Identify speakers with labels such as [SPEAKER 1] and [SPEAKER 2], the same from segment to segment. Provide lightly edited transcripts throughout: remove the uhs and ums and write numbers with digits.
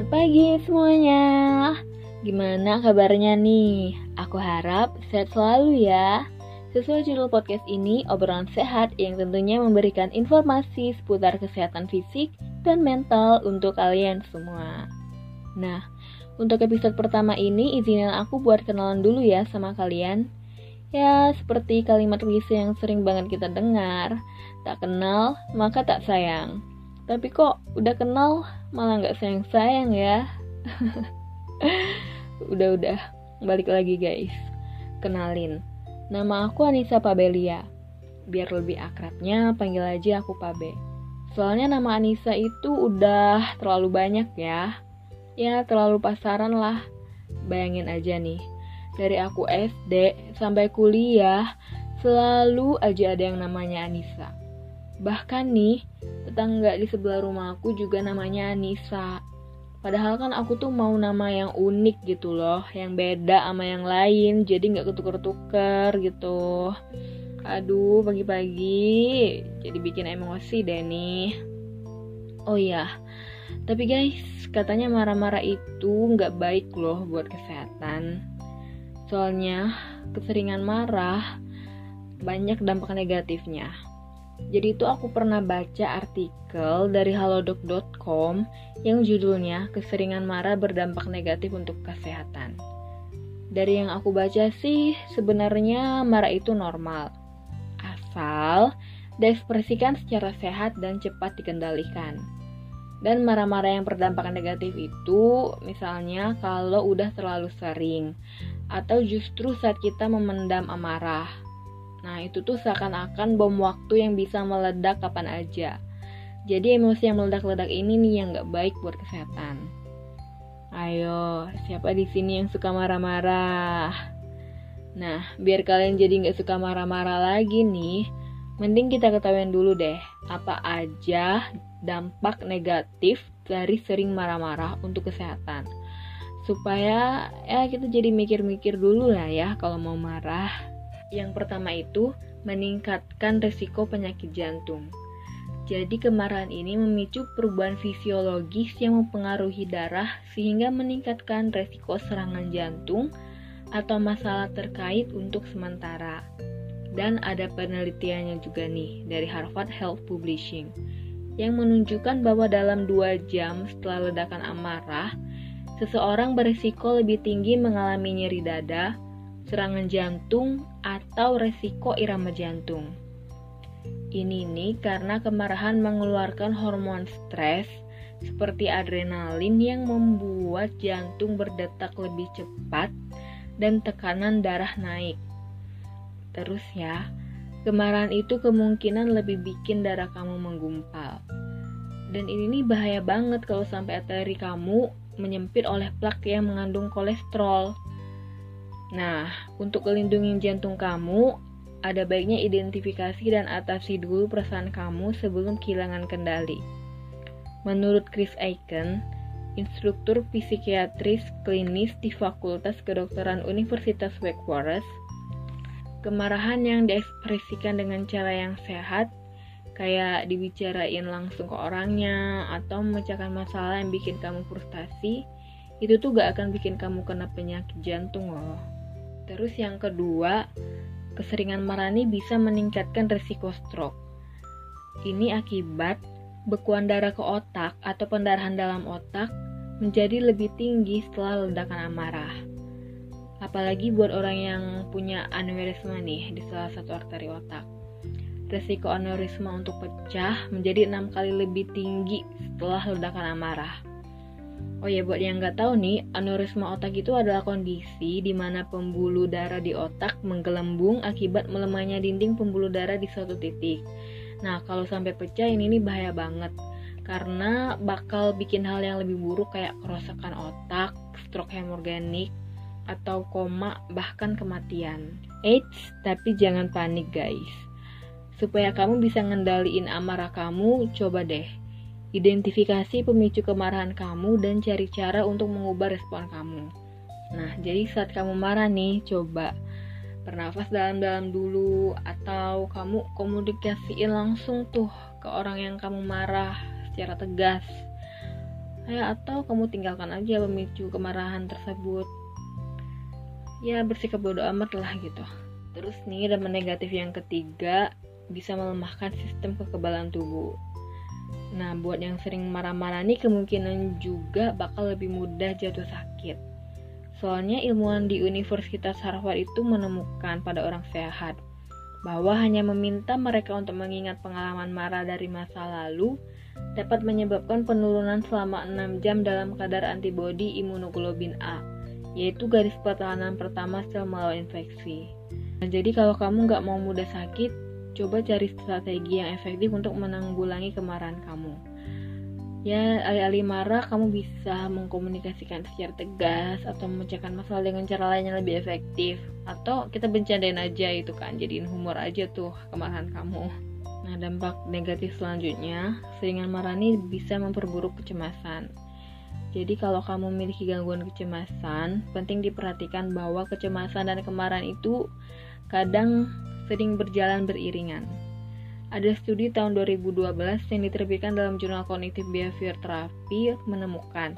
[SPEAKER 1] Selamat pagi semuanya. Gimana kabarnya nih? Aku harap sehat selalu ya. Sesuai judul podcast ini, obrolan sehat yang tentunya memberikan informasi seputar kesehatan fisik dan mental untuk kalian semua. Nah, untuk episode pertama ini izinin aku buat kenalan dulu ya sama kalian. Ya, seperti kalimat klise yang sering banget kita dengar, tak kenal maka tak sayang. Tapi kok udah kenal malah gak sayang-sayang ya. Udah, balik lagi guys. Kenalin, nama aku Anissa Pabelia. Biar lebih akrabnya panggil aja aku Pabe. Soalnya nama Anissa itu udah terlalu banyak ya. Ya terlalu pasaran lah. Bayangin aja nih, dari aku SD sampai kuliah selalu aja ada yang namanya Anissa. Bahkan nih, tetangga di sebelah rumah aku juga namanya Anissa. Padahal kan aku tuh mau nama yang unik gitu loh, yang beda sama yang lain, jadi gak ketuker-tuker gitu. Aduh, pagi-pagi jadi bikin emosi deh nih. Oh iya, tapi guys, katanya marah-marah itu gak baik loh buat kesehatan. Soalnya keseringan marah banyak dampak negatifnya. Jadi itu aku pernah baca artikel dari halodoc.com yang judulnya keseringan marah berdampak negatif untuk kesehatan. Dari yang aku baca sih sebenarnya marah itu normal, asal diekspresikan secara sehat dan cepat dikendalikan. Dan marah-marah yang berdampak negatif itu misalnya kalau udah terlalu sering atau justru saat kita memendam amarah. Nah itu tuh seakan-akan bom waktu yang bisa meledak kapan aja. Jadi emosi yang meledak-ledak ini nih yang gak baik buat kesehatan. Ayo, siapa di sini yang suka marah-marah? Nah, biar kalian jadi gak suka marah-marah lagi nih, mending kita ketahuin dulu deh, apa aja dampak negatif dari sering marah-marah untuk kesehatan. Supaya ya kita jadi mikir-mikir dulu lah ya kalau mau marah. Yang pertama itu meningkatkan risiko penyakit jantung. Jadi kemarahan ini memicu perubahan fisiologis yang mempengaruhi darah sehingga meningkatkan risiko serangan jantung atau masalah terkait untuk sementara. Dan ada penelitiannya juga nih dari Harvard Health Publishing yang menunjukkan bahwa dalam 2 jam setelah ledakan amarah, seseorang berisiko lebih tinggi mengalami nyeri dada, serangan jantung, atau resiko irama jantung. Ini nih karena kemarahan mengeluarkan hormon stres seperti adrenalin yang membuat jantung berdetak lebih cepat dan tekanan darah naik. Terus ya, kemarahan itu kemungkinan lebih bikin darah kamu menggumpal. Dan ini nih bahaya banget kalau sampai arteri kamu menyempit oleh plak yang mengandung kolesterol. Nah, untuk melindungi jantung kamu, ada baiknya identifikasi dan atasi dulu perasaan kamu sebelum kehilangan kendali. Menurut Chris Aiken, instruktur psikiatris klinis di Fakultas Kedokteran Universitas Wake Forest, kemarahan yang diekspresikan dengan cara yang sehat, kayak dibicarain langsung ke orangnya atau memecahkan masalah yang bikin kamu frustasi, itu tuh gak akan bikin kamu kena penyakit jantung loh. Terus yang kedua, keseringan marah ini bisa meningkatkan risiko stroke. Ini akibat bekuan darah ke otak atau pendarahan dalam otak menjadi lebih tinggi setelah ledakan amarah. Apalagi buat orang yang punya aneurisma nih di salah satu arteri otak. Risiko aneurisma untuk pecah menjadi 6 kali lebih tinggi setelah ledakan amarah. Oh ya, buat yang nggak tahu nih, aneurisma otak itu adalah kondisi di mana pembuluh darah di otak menggelembung akibat melemahnya dinding pembuluh darah di suatu titik. Nah, kalau sampai pecah ini nih bahaya banget, karena bakal bikin hal yang lebih buruk kayak kerusakan otak, stroke hemorragik, atau koma, bahkan kematian. Eits, tapi jangan panik guys. Supaya kamu bisa ngendaliin amarah kamu, coba deh identifikasi pemicu kemarahan kamu dan cari cara untuk mengubah respon kamu. Nah, jadi saat kamu marah nih, coba bernafas dalam-dalam dulu, atau kamu komunikasiin langsung tuh ke orang yang kamu marah secara tegas. atau kamu tinggalkan aja pemicu kemarahan tersebut. Ya bersikap bodo amat lah gitu. Terus nih, dampak negatif yang ketiga, bisa melemahkan sistem kekebalan tubuh. Nah, buat yang sering marah-marah nih kemungkinan juga bakal lebih mudah jatuh sakit. Soalnya ilmuwan di Universitas Harvard itu menemukan pada orang sehat bahwa hanya meminta mereka untuk mengingat pengalaman marah dari masa lalu dapat menyebabkan penurunan selama 6 jam dalam kadar antibodi imunoglobulin A, yaitu garis pertahanan pertama sel melawan infeksi. Nah, jadi kalau kamu nggak mau mudah sakit, coba cari strategi yang efektif untuk menanggulangi kemarahan kamu. Ya, alih-alih marah, kamu bisa mengkomunikasikan secara tegas atau memecahkan masalah dengan cara lain yang lebih efektif. Atau kita bercandain aja itu kan, jadiin humor aja tuh kemarahan kamu. Nah, dampak negatif selanjutnya, seringan marah ini bisa memperburuk kecemasan. Jadi kalau kamu memiliki gangguan kecemasan, penting diperhatikan bahwa kecemasan dan kemarahan itu kadang sering berjalan beriringan. Ada studi tahun 2012 yang diterbitkan dalam jurnal Cognitive Behavior Therapy menemukan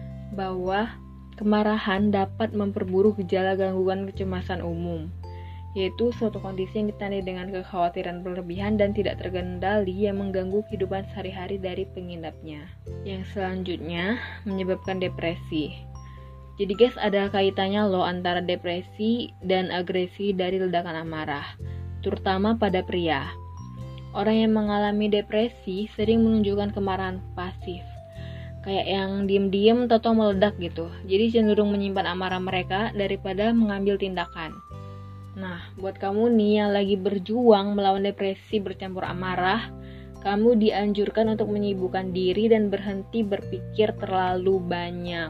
[SPEAKER 1] bahwa kemarahan dapat memperburuk gejala gangguan kecemasan umum, yaitu suatu kondisi yang ditandai dengan kekhawatiran berlebihan dan tidak terkendali yang mengganggu kehidupan sehari-hari dari pengidapnya. Yang selanjutnya menyebabkan depresi. Jadi guys, ada kaitannya loh antara depresi dan agresi dari ledakan amarah, terutama pada pria. Orang yang mengalami depresi sering menunjukkan kemarahan pasif, kayak yang diem-diem atau meledak gitu. Jadi cenderung menyimpan amarah mereka daripada mengambil tindakan. Nah, buat kamu nih yang lagi berjuang melawan depresi bercampur amarah, kamu dianjurkan untuk menyibukkan diri dan berhenti berpikir terlalu banyak.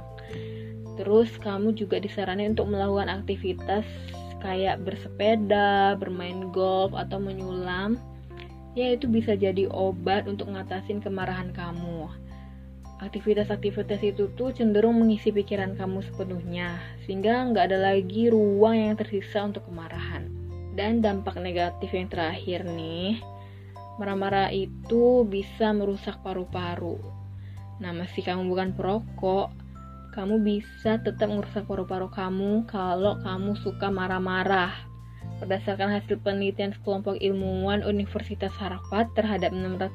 [SPEAKER 1] Terus kamu juga disarankan untuk melakukan aktivitas kayak bersepeda, bermain golf, atau menyulam. Ya, itu bisa jadi obat untuk ngatasin kemarahan kamu. Aktivitas-aktivitas itu tuh cenderung mengisi pikiran kamu sepenuhnya, sehingga nggak ada lagi ruang yang tersisa untuk kemarahan. Dan dampak negatif yang terakhir nih, marah-marah itu bisa merusak paru-paru. Nah, meski kamu bukan perokok, kamu bisa tetap merusak paru-paru kamu kalau kamu suka marah-marah. Berdasarkan hasil penelitian sekelompok ilmuwan Universitas Harvard terhadap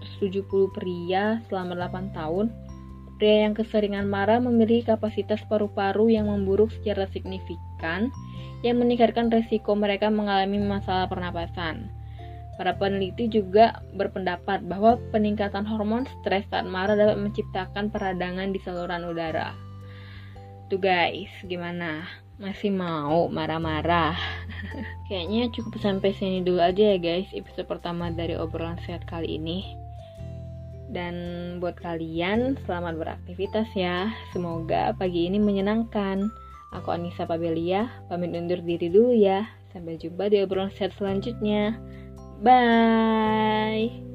[SPEAKER 1] 670 pria selama 8 tahun, pria yang keseringan marah memiliki kapasitas paru-paru yang memburuk secara signifikan, yang meningkatkan resiko mereka mengalami masalah pernapasan. Para peneliti juga berpendapat bahwa peningkatan hormon stres saat marah dapat menciptakan peradangan di saluran udara. Tuh guys, gimana? Masih mau marah-marah? Kayaknya cukup sampai sini dulu aja ya guys, episode pertama dari obrolan sehat kali ini. Dan buat kalian, selamat beraktivitas ya. Semoga pagi ini menyenangkan. Aku Anissa Pabelia, pamit undur diri dulu ya. Sampai jumpa di obrolan sehat selanjutnya. Bye!